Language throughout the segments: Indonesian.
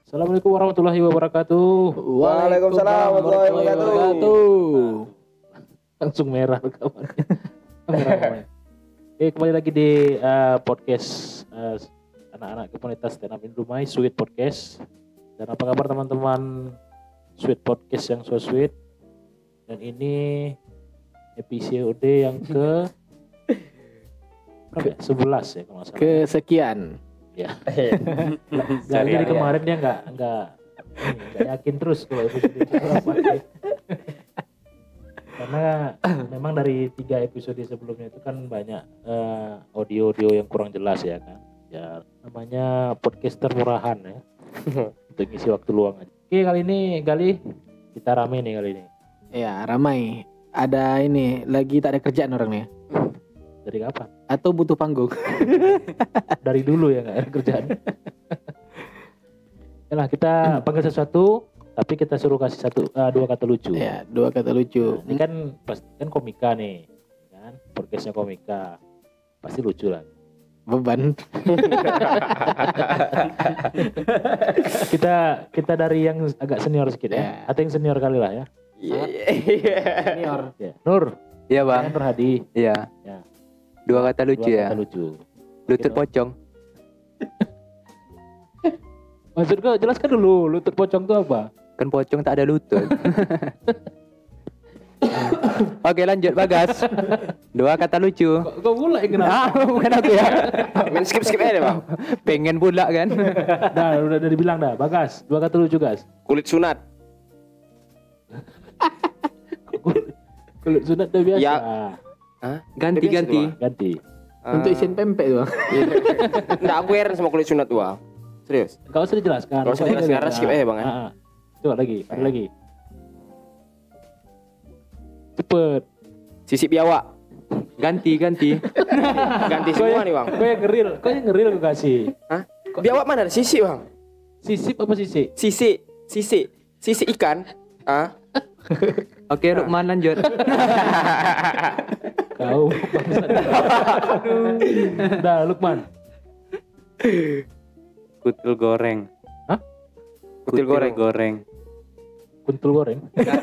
Assalamualaikum warahmatullahi wabarakatuh. Waalaikumsalam warahmatullahi wabarakatuh. Langsung merah rekamannya. Merah. Oke, kembali lagi di podcast anak-anak komunitas Stand Up in Rumah, Sweet Podcast. Dan apa kabar teman-teman Sweet Podcast yang so sweet? Dan ini episode yang ke berapa ya? 11 ya kalau nggak salah. Kesekian. Ya. Jadi kemarin dia nggak yakin terus kalau episode itu berapa. Karena memang dari 3 episode sebelumnya itu kan banyak audio-audio yang kurang jelas ya kan. Ya namanya podcaster murahan ya. Untuk ngisi waktu luang aja. Oke, kali ini Gali kita rame nih kali ini. Ya, ramai. Ada ini lagi tak ada kerjaan orangnya. Dari kapan? Atau butuh panggung. Dari dulu ya nggak ada kerjaan. Yalah, kita panggil sesuatu tapi kita suruh kasih 2 kata lucu. Ya, 2 kata lucu. Ini kan pasti kan komika nih, kan? Podcastnya komika, pasti lucu lah. Beban. kita dari yang agak senior sedikit ya. Atau yang senior kali lah ya. Senior. Ya. Nur. Iya bang. Nur Hadi. Iya. Ya. 2 kata lucu 2 ya. kata lucu. Lutut pocong. Maksud kau jelaskan dulu lutut pocong itu apa? Kan pocong tak ada lutut. Oke lanjut Bagas. 2 kata lucu. Kau pula yang kenapa? Bukan aku ya. Main skip aja deh bang. Pengen pula kan. udah dibilang dah. Bagas, 2 kata lucu guys. Kulit sunat. Kulit sunat udah biasa. Ya. Hah? Ganti. Untuk isian pempek tuh. Nggak aku heran sama kulit sunat tuh bang. Serius. Kau usah dijelaskan. Kalau usah dijelaskan, karena skip aja bang ya. Coba lagi, ada lagi. Cepet. Sisip biawak. Ganti. Ganti semua nih bang. Kau yang ngeril aku kasih. Hah? Biawak mana ada sisip bang? Sisip apa sisik? Sisik ikan. Ah? Oke Lukman lanjut. Kau Dah Lukman. Kutil goreng. Hah? Kutil goreng. Kuntul goreng.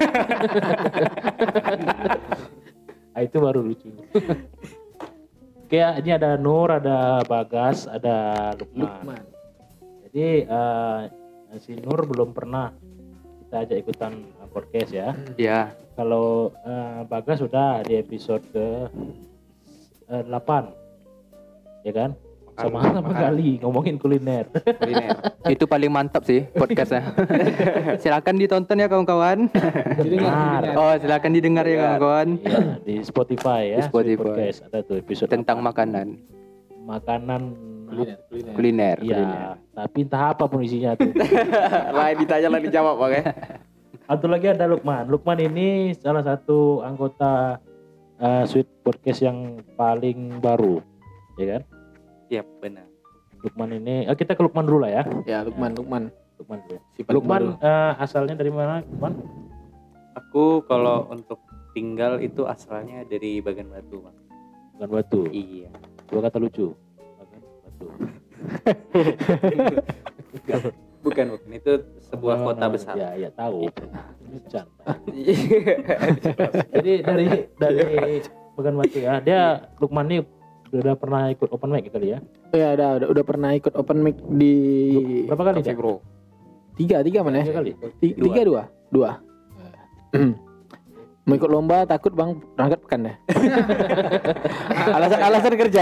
Itu baru lucu. Oke, ini ada Nur, ada Bagas, ada Lukman. Jadi si Nur belum pernah kita ajak ikutan podcast ya. Ya. Kalau Bagas sudah di episode ke 8, ya kan? Sama kali ngomongin kuliner. Itu paling mantap sih podcastnya. Silakan ditonton ya kawan-kawan. Silakan didengar ya kawan-kawan. Ya, di Spotify ya. Di Spotify. Podcast ada tuh episode Tentang 8. makanan Iya, kuliner. tapi entah apa pun isinya tuh. Lain ditanya lain dijawab bang ya. Satu lagi ada Lukman. Lukman ini salah satu anggota Sweet Podcast yang paling baru, ya kan? Iya benar. Lukman ini, kita ke Lukman dulu lah ya. Ya, Lukman. Lukman dulu. Si paling Lukman baru. asalnya dari mana, Lukman? Aku kalau untuk tinggal itu asalnya dari Bagan Batu, Bang. Bukan Batu. Iya. 2 kata lucu. Bagan Batu. Bukan. Itu sebuah kota besar. Ya, tahu. Ini canda. Jadi dari Bagan Batu ya. Dia Lukman ini udah pernah ikut open mic kali ya? Ya, udah pernah ikut open mic di Berapa kali dia? Bro. 3 mana 3 ya? kali. 2. Mau ikut lomba takut bang berangkat pekan deh. alasan kerja.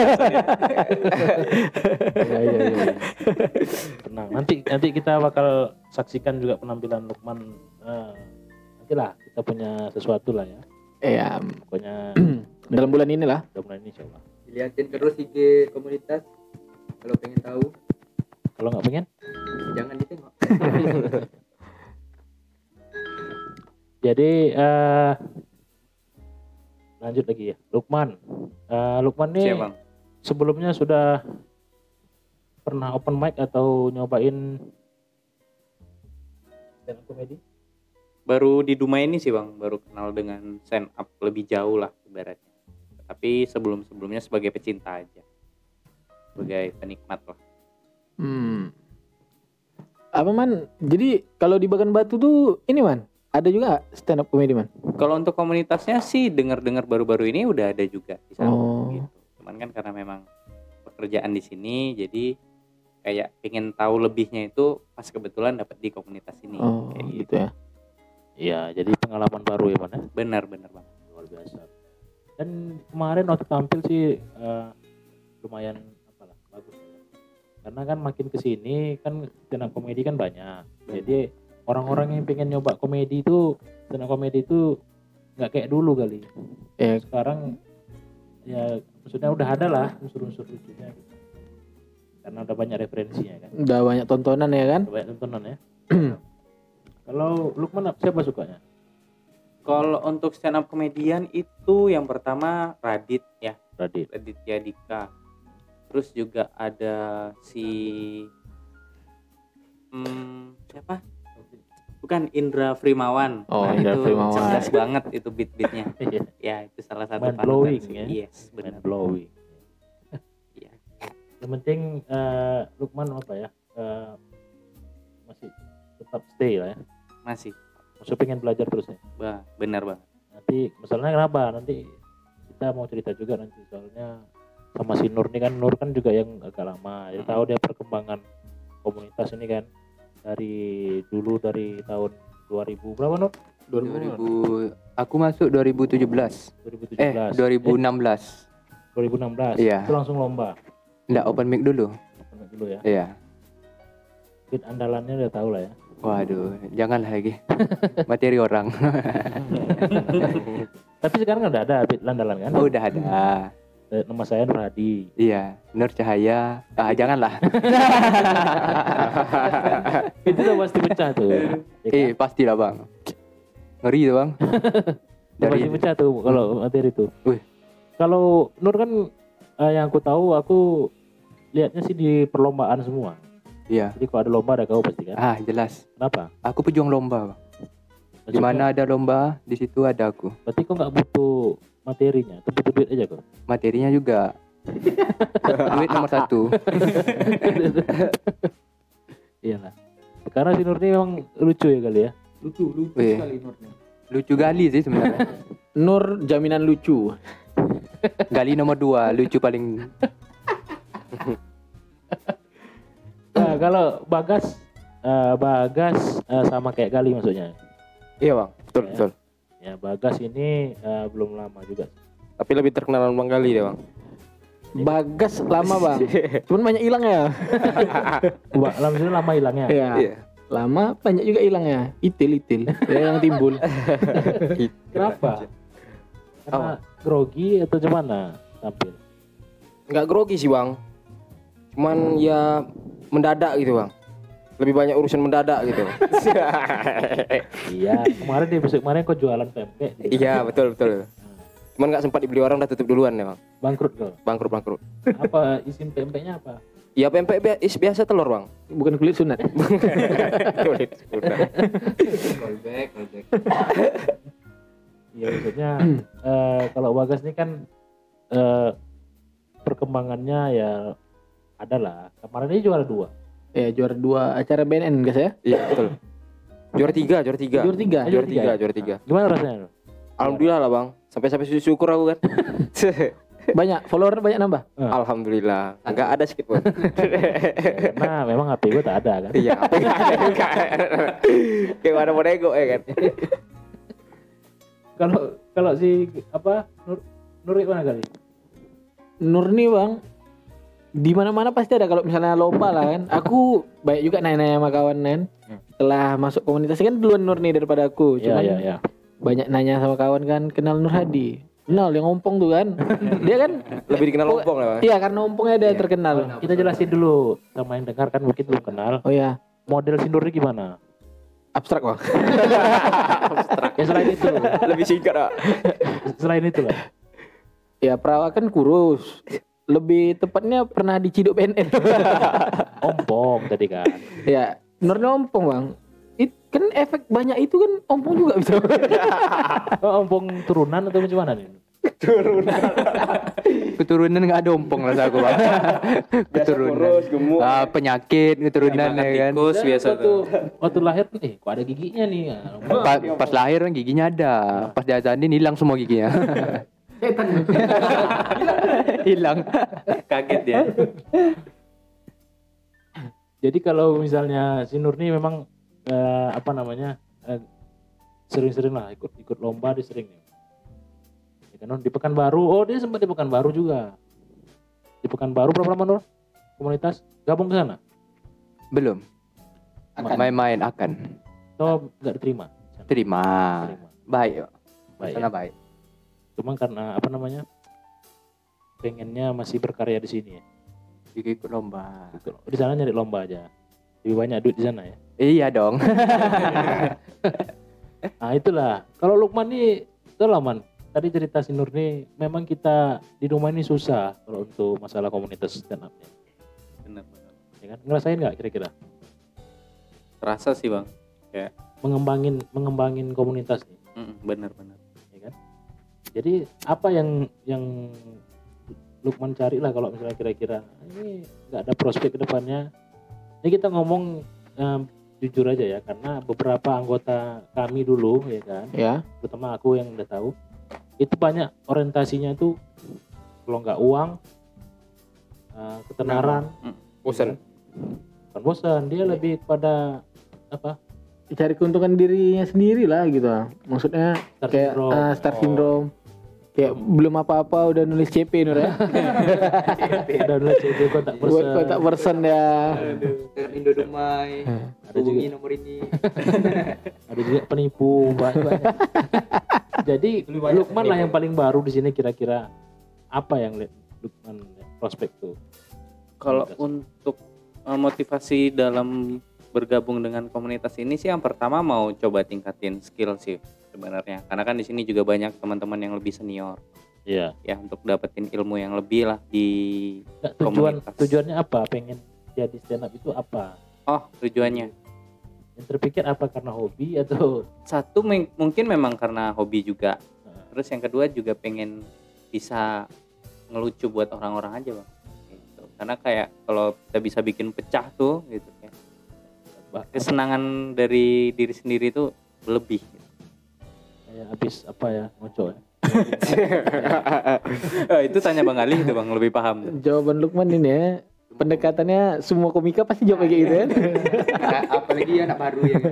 Iya. Tenang. Nanti kita bakal saksikan juga penampilan Lukman. Nantilah kita punya sesuatu lah ya. Iya. Pokoknya Dalam bulan ini lah. mudah-mudahan ini insyaallah. Dilihatin terus IG komunitas. Kalau pengen tahu, Kalau nggak pengen, jangan ditengok. jadi lanjut lagi ya. Lukman nih Siap, Bang. sebelumnya sudah pernah open mic atau nyobain stand up comedy? Baru di Dumai ini sih, Bang, baru kenal dengan stand up lebih jauh lah ibaratnya. Tapi sebelum-sebelumnya sebagai pecinta aja. Sebagai penikmat lah. Apa man? Jadi kalau di Bagan Batu tuh ini man, ada juga stand up comedy man. Kalau untuk komunitasnya sih dengar-dengar baru-baru ini udah ada juga di sana Oh. gitu. Cuman kan karena memang pekerjaan di sini jadi kayak pengen tahu lebihnya itu pas kebetulan dapat di komunitas ini. Oh, Kayak gitu ya. Iya, jadi pengalaman baru ya man ya. Benar banget. Luar biasa. Dan kemarin waktu tampil sih lumayan apalah bagus. Karena kan makin kesini kan stand up komedi kan banyak. Jadi orang-orang yang pengen nyoba komedi itu stand up komedi itu nggak kayak dulu kali. Ya, Sekarang ya maksudnya udah ada lah unsur-unsur lucunya. Gitu. Karena udah banyak referensinya kan. udah banyak tontonan ya kan? Udah banyak tontonan ya. Kalau Lukman siapa sukanya? Kalau untuk stand up komedian itu yang pertama Radit ya, Radit. Raditya Dika. Terus juga ada si siapa? Bukan Indra Frimawan. Oh, Nah, Indra itu Frimawan. cerdas banget itu beat-beatnya. Iya. Ya, itu salah satu Mind blowing, panutan ya? sih. Yes, benar. Mind blowing. Iya. Yang penting Lukman apa ya? Masih tetap stay lah ya. Masih. Maksudnya pengen belajar terus ya. Benar banget. Nanti masalahnya kenapa? Nanti kita mau cerita juga nanti soalnya sama si Nur nih kan. Nur kan juga yang agak lama. Dia tahu dia perkembangan komunitas ini kan dari dulu dari tahun 2000 berapa Nur? 2000 aku masuk 2017. 2017. 2016. 2016. Iya. Itu langsung lomba. Enggak open mic dulu. Open dulu ya. Iya. Beat andalannya udah tahu lah ya. Waduh, janganlah lagi. Materi orang. Tapi sekarang udah ada beat andalan kan? Oh, udah ada. Nama saya Nur Hadi. Iya, Nur Cahaya. Janganlah. Itu udah pasti pecah tuh. Ya kan? Pastilah, Bang. Ngeri tuh, Bang. Udah pasti pecah tuh kalau materi itu. Wih. Kalau Nur kan yang aku tahu aku lihatnya sih di perlombaan semua. Iya. Jadi kalau ada lomba ada kau pasti kan? Jelas. Kenapa? Aku pejuang lomba, Bang. Di Maksudnya, mana ada lomba, di situ ada aku. berarti kau nggak butuh materinya, tapi butuh duit aja kok. Materinya juga. Duit nomor 1. Iyalah. Karena si Nur ini memang lucu ya kali ya. Lucu Wih. sekali Nurnya. Lucu gali sih sebenarnya. Nur jaminan lucu. Gali nomor 2, lucu paling. Nah, kalau Bagas sama kayak Gali maksudnya. Iya bang, betul Ya. betul. Ya Bagas ini belum lama juga. Tapi lebih terkenal Bang Gali deh bang. Bagas lama bang. Cuman banyak hilang ya. Maksudnya lama hilangnya. Iya. Lama banyak juga hilangnya. Itil ya yang timbul. Kenapa? Karena grogi atau gimana tampil? Nggak grogi sih bang. Cuman ya mendadak gitu bang. Lebih banyak urusan mendadak gitu. Iya, kemarin di episode kemarin kok jualan pempek. Iya betul betul. Cuman nggak sempat dibeli orang, udah tutup duluan ya bang. Bangkrut kok. Bangkrut. Apa isi pempeknya apa? Ya pempek biasa telur bang. Bukan kulit sunat. Iya maksudnya kalau Bagas ini kan perkembangannya ya ada lah. Kemarin ini juara 2. Ya juara 2 acara BNN guys ya. Iya betul. Juara 3. Juara 3. Juara 3. Gimana rasanya? Alhamdulillah lah bang. Sampai syukur aku kan. Banyak follower banyak nambah. Alhamdulillah. Enggak ada sedikit pun. Karena memang HP gue tak ada kan. Iya. Kayak mana mau nego ya kan. Kalau si apa Nur mana kali? Nur nih bang, di mana-mana pasti ada kalau misalnya lomba lah kan. Aku banyak juga nanya-nanya sama kawan kan. Setelah masuk komunitas kan duluan Nur nih daripada aku. Cuman Iya. banyak nanya sama kawan kan, kenal Nur Hadi. Kenal yang ngompong tuh kan. Dia kan Lebih dikenal lompong lah bang. iya karena ngompongnya dia terkenal. Kita jelasin dulu sama yang dengar kan mungkin belum kenal. Oh ya, Model si Nur ini gimana? abstrak bang. Ya selain itu, Lebih singkat lah. selain itu lah. Ya perawakan kurus. Lebih tepatnya pernah diciduk BNN. Ompong tadi kan. Ya, Nurnya ompong bang. Kan efek banyak itu kan ompong juga bisa. Oh, ompong turunan atau gimana nih? keturunan nggak ada ompong lah aku bang. Keturunan. kurus, gemuk. Penyakit keturunan ya kan. Tikus biasa tuh. Waktu lahir kok ada giginya nih. Pas lahir kan giginya ada. Pas diajanin hilang semua giginya. Hilang. Kaget ya. Jadi kalau misalnya si Nur nih memang sering-sering lah ikut lomba, dia sering nih. Ya kan, di Pekanbaru, dia sempat di Pekanbaru juga. Di Pekanbaru berapa lama Nur? Komunitas gabung ke sana? Belum. Main-main akan. Atau nggak diterima? Terima. Baik. Baik. Sana Ya. baik. Cuma karena pengennya masih berkarya di sini ya. Ikut lomba. Di sana nyari lomba aja. Lebih banyak duit di sana ya. Iya dong. Nah itulah. Kalau Lukman nih, itulah Man. Tadi cerita si Nur nih, memang kita di rumah ini susah kalau untuk masalah komunitas stand up-nya. Bener. Ya kan? Ngerasain nggak kira-kira? Terasa sih bang. Kayak Mengembangin komunitas nih, bener. ya kan? Jadi apa yang Lukman cari lah kalau misalnya kira-kira ini nggak ada prospek ke depannya. Ini kita ngomong jujur aja ya, karena beberapa anggota kami dulu ya kan, Ya. terutama aku yang udah tahu, itu banyak orientasinya tuh kalau nggak uang, ketenaran, Bosan. bukan bosan, dia lebih pada apa? Cari keuntungan dirinya sendiri lah gitu. Maksudnya Star kayak syndrome. star syndrome. Kayak belum apa-apa udah nulis CP Nur ya. Ada dulu CP kontak Buat person. kontak person ya. Dalam Indo Dumai. Ada juga Nomor ini. ada juga penipu banyak. Jadi Lukman lah yang paling baru di sini, kira-kira apa yang Lukman prospek tuh? Kalau untuk motivasi dalam bergabung dengan komunitas ini sih, yang pertama mau coba tingkatin skill sih sebenarnya. Karena kan di sini juga banyak teman-teman yang lebih senior. Iya. Ya untuk dapetin ilmu yang lebih lah di Nggak, komunitas. tujuannya apa? Pengen jadi stand up itu apa? Oh, tujuannya. Yang terpikir apa, karena hobi atau Satu mungkin memang karena hobi juga. Terus yang kedua juga pengen bisa ngelucu buat orang-orang aja bang. Gitu. Karena kayak kalau kita bisa bikin pecah tuh gitu ya. Kesenangan dari diri sendiri itu lebih. kayak habis apa ya, ngoco ya? Itu tanya Bang Ali itu bang, lebih paham. Jawaban Lukman ini ya. Pendekatannya semua komika pasti jawab kayak gitu kan. Apalagi anak baru ya.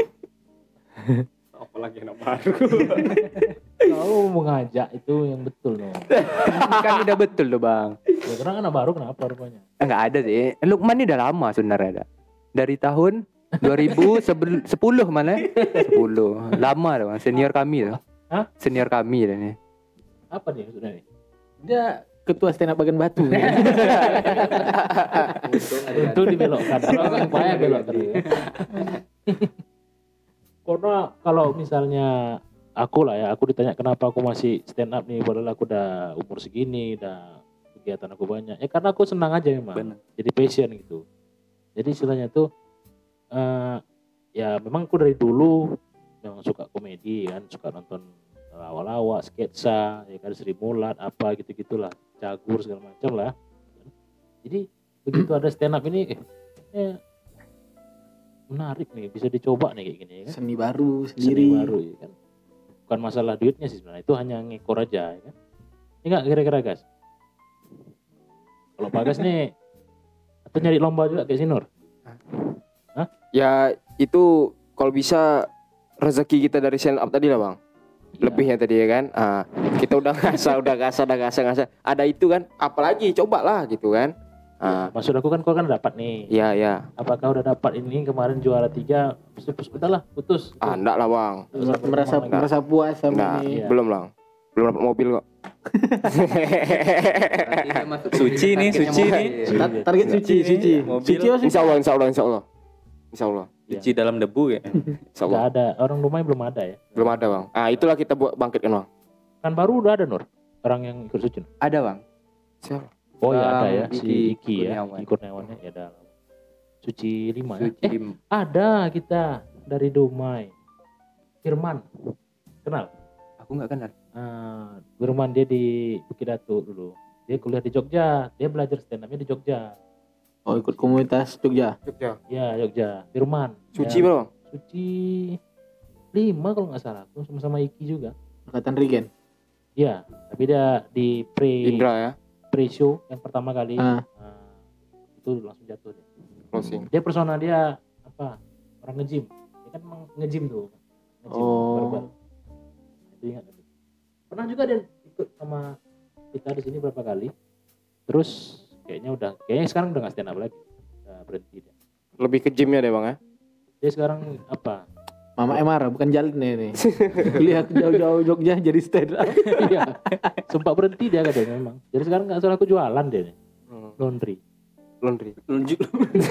Apalagi anak baru. Kalau mau ngajak itu yang betul loh. Kan udah betul loh bang. Ya, karena anak baru kenapa rupanya? Enggak ada sih. Lukman ini udah lama sebenarnya. Dari tahun 2010 mana? 10. Lama dah bang. Senior kami dah. Hah? Senior kami dah nih. Apa nih maksudnya nih? Dia ketua stand up Bagan Batu. Itu dibelokkan. Kalau upaya belokkan. Karena kalau misalnya aku ditanya kenapa aku masih stand up nih, padahal aku udah umur segini, udah kegiatan aku banyak. Ya karena aku senang aja memang. Benar. Jadi passion gitu. Jadi istilahnya tuh ya memang aku dari dulu memang suka komedi kan, suka nonton lawa-lawa, sketsa, ya kan, Sri Mulat, apa gitu-gitulah, Cagur segala macam lah. Jadi begitu ada stand up ini, menarik nih, bisa dicoba nih kayak gini ya kan. Seni baru Seni sendiri. baru ya kan. Bukan masalah duitnya sih sebenarnya, itu hanya ngekor aja ya kan. Ini enggak kira-kira Gas? Kalau Pak Gas nih atau nyari lomba juga kayak Sinur? Ya itu kalau bisa rezeki kita dari stand up tadi lah bang. Lebihnya tadi ya kan. Kita udah ngasah. Ada itu kan, apalagi cobalah gitu kan. Maksud aku kan kau kan dapat nih. Ya. Apakah udah dapat ini kemarin juara 3? Udahlah putus. Enggak lah bang. Merasa puas sama Enggak, ini. Iya. belum lah. Belum dapat mobil kok. Suci nih. Target suci. Mobil. Suci Insya Allah. Suci dalam debu ya. Insya Nggak Allah. ada, orang rumahnya belum ada ya. Belum ada bang. Itulah kita buat bangkitkan bang. Kan baru udah ada Nur, orang yang ikut suci. Ada bang. Siapa? Oh ya ada Bang ya, si Iki ya, Kurniawan. Iki Kurniawannya ya ada. Suci 5 ya. Suci. Ada kita dari Dumai. Firman. Kenal? Aku nggak kenal. Firman dia di Bukit Datu dulu. Dia kuliah di Jogja, dia belajar stand up-nya di Jogja. Oh, ikut komunitas Jogja. Jogja. Ya, Jogja. Firman. Suci Ya, bro. Suci 5 kalau nggak salah. Aku sama-sama Iki juga. Angkatan Regen. Iya, tapi dia di Indra ya. pre-show yang pertama kali. Ah. Itu langsung jatuh dia. Closing. Dia persona dia apa? Orang nge-gym. Dia kan emang nge-gym tuh. Nge-gym Oh. barbel. Itu ingat aku. Pernah juga dia ikut sama kita di sini berapa kali. Terus kayaknya sekarang udah nggak stand up lagi. Udah berhenti dia. Lebih ke gymnya deh bang ya. Dia sekarang apa? Mama Emar bukan jalan nih. Kuliah jauh-jauh Jogja jadi stand up. Iya. Sempat berhenti dia katanya memang. Jadi sekarang nggak salah aku jualan dia nih. Laundry. Laundry. Lunjuk.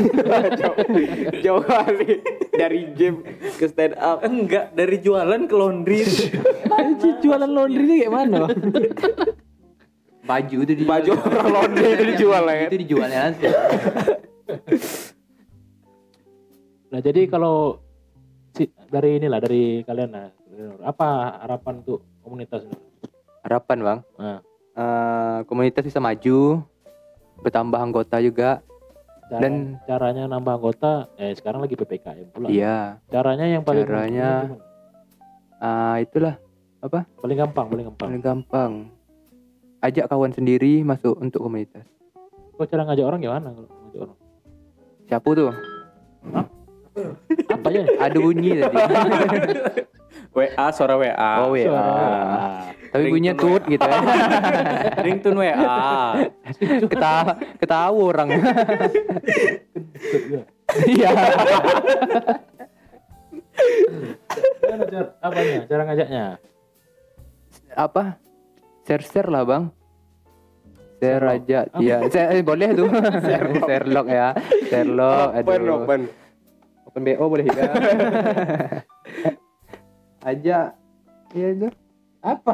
Jauh kali dari gym ke stand up. Enggak, dari jualan ke laundry. Anjir, jualan laundry itu kayak mana? Baju itu dijual. Baju orang laundry itu dijual ya. Itu dijualnya langsung. Nah jadi kalau dari kalian lah, apa harapan untuk komunitas ini? Harapan bang. Nah, Komunitas bisa maju, bertambah anggota juga. caranya nambah anggota, sekarang lagi PPKM pula. Iya. Caranya yang paling Caranya- Itulah paling gampang. paling gampang. Ajak kawan sendiri masuk untuk komunitas. Kok cara ngajak orang gimana kalau ngajak orang? Siapa tuh? Apa ya? Ada bunyi tadi. WA, suara WA. Oh WA. Tapi bunyinya tut gitu ya. Ringtone WA. Ketawa orang. Iya. Gimana cara ngajaknya? Apa? Share lah bang. Share aja. Iya. Boleh tuh. Sherlock ya. Sherlock. Open BO boleh juga. Aja. Iya itu. Apa?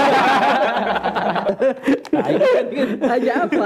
Aja apa?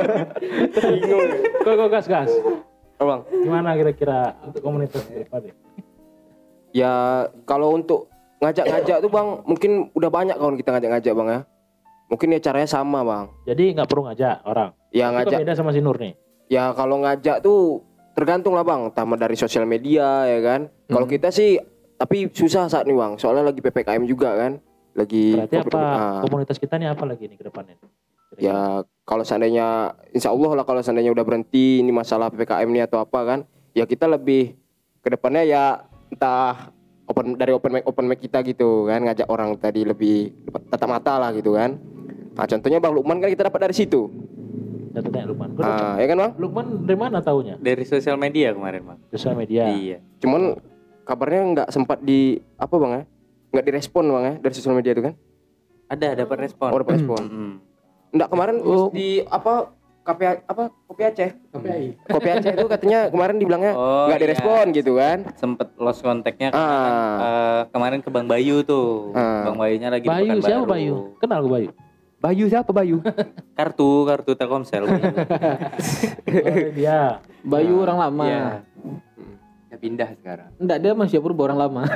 Kok gas. Oh, bang. Gimana kira-kira untuk komunitas ke depan deh? Ya kalau untuk ngajak-ngajak tuh bang, mungkin udah banyak kawan kita ngajak-ngajak bang ya. Mungkin ya caranya sama bang. Jadi nggak perlu ngajak orang. Ya Itu ngajak. beda sama si Nur nih. Ya kalau ngajak tuh tergantung lah bang, tambah dari sosial media ya kan. Kalau kita sih, tapi susah saat ini bang, soalnya lagi PPKM juga kan. Lagi Berarti COVID. apa komunitas kita nih apa lagi nih ke depannya? Ya kalau seandainya, insya Allah lah kalau seandainya udah berhenti ini masalah PPKM ini atau apa kan, ya kita lebih ke depannya ya entah open mic kita gitu kan, ngajak orang tadi lebih tatap mata lah gitu kan. Nah contohnya Bang Lukman kan kita dapat dari situ. Contohnya Lukman. Ya kan bang? Lukman dari mana taunya? Dari sosial media kemarin, Bang. Sosial media. Iya. Cuman kabarnya nggak sempat di apa bang ya? Nggak direspon bang ya dari sosial media itu kan? Ada dapat respon. Oh dapat respon. Nggak kemarin pas di apa Kopi Aceh. Kopi Aceh itu katanya kemarin dibilangnya Oh, nggak direspon gitu kan? Sempet lost kontaknya kemarin ke Bang Bayu tuh. Bang Bayunya lagi di Bayu siapa Pekanbaru. Bayu? Kenal gue Bayu. Bayu siapa Bayu? Kartu Telkomsel. Bayu. Oh, dia. Bayu orang lama. Iya. Ya pindah sekarang. Enggak, dia masih purba orang lama.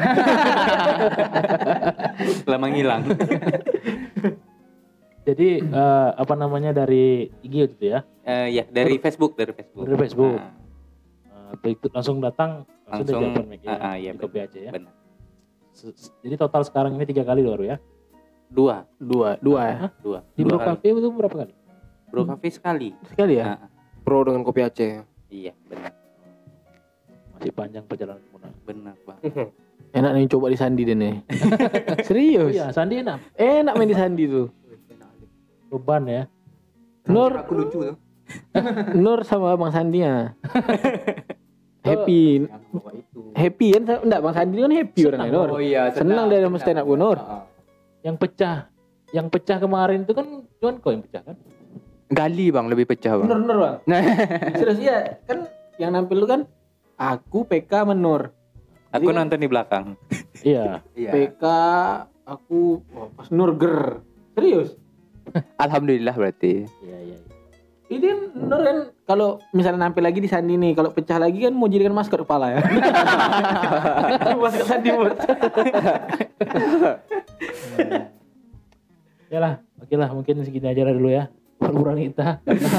Lama ngilang. Jadi apa namanya dari IG gitu ya? Ya dari Facebook. Dari Facebook. Nah, Langsung datang langsung di open mic ya, iya, di Kopi Aceh ya. benar. Jadi total sekarang ini 3 kali baru ya. Dua Dua ya. Di Bro Cafe itu berapa kali? Bro Cafe sekali. Sekali ya. Nah, Pro dengan Kopi Aceh. iya benar Masih panjang perjalanan Muna. Bang. Enak nih coba di Sandi deh nih. Serius. Iya, Sandi enak. Enak main di Sandi tuh. Beban ya. Nur Aku lucu tuh. Nur sama Bang Sandinya. Happy. Happy kan? Enggak, Bang Sandi kan happy orangnya Nur. Oh iya, Senang dia sama stand up gue Nur. Yang pecah kemarin itu kan cuman kau yang pecah kan? Gali bang, lebih pecah bang. Bener Bang. Serius iya kan yang nampil lu kan aku PK menur. Aku Jadi kan- nonton di belakang. Iya. PK aku pas Nur ger. Serius. Alhamdulillah berarti. Iya. Ini Nur kan kalau misalnya nampil lagi di Sandi nih, kalau pecah lagi kan mau jadikan masker kepala ya. Masker Sandi buat. Ya lah, oke lah mungkin segini aja lah dulu ya. liburan kita karena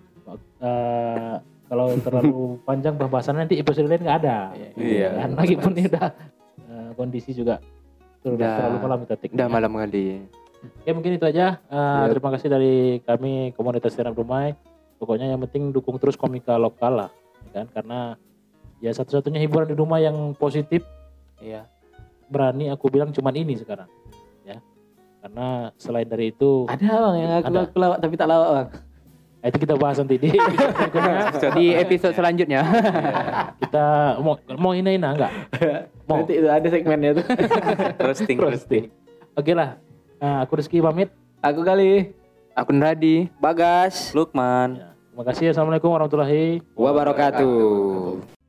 kalau terlalu panjang pembahasannya nanti episode lain nggak ada. Iya. Kan lagi pun ini udah kondisi juga Udah. terlalu malam kita take. Udah malam kali. Oke, mungkin itu aja. Terima kasih dari kami komunitas Stand Up Dumai. Pokoknya yang penting dukung terus komika lokal lah, kan? Karena ya satu-satunya hiburan di rumah yang positif, ya berani aku bilang cuman ini sekarang, ya. Karena selain dari itu, Ada bang yang Ada. aku lawak tapi tak lawak bang. itu kita bahas nanti di episode berikutnya. Di episode selanjutnya. Kita mau hina-hina enggak? Mau. Nanti itu ada segmennya tuh. Roasting. Oke lah. Aku Rizky pamit. Aku kali. Aku Nuradi. Bagas. Lukman. Ya, terima kasih. Assalamualaikum warahmatullahi Wabarakatuh.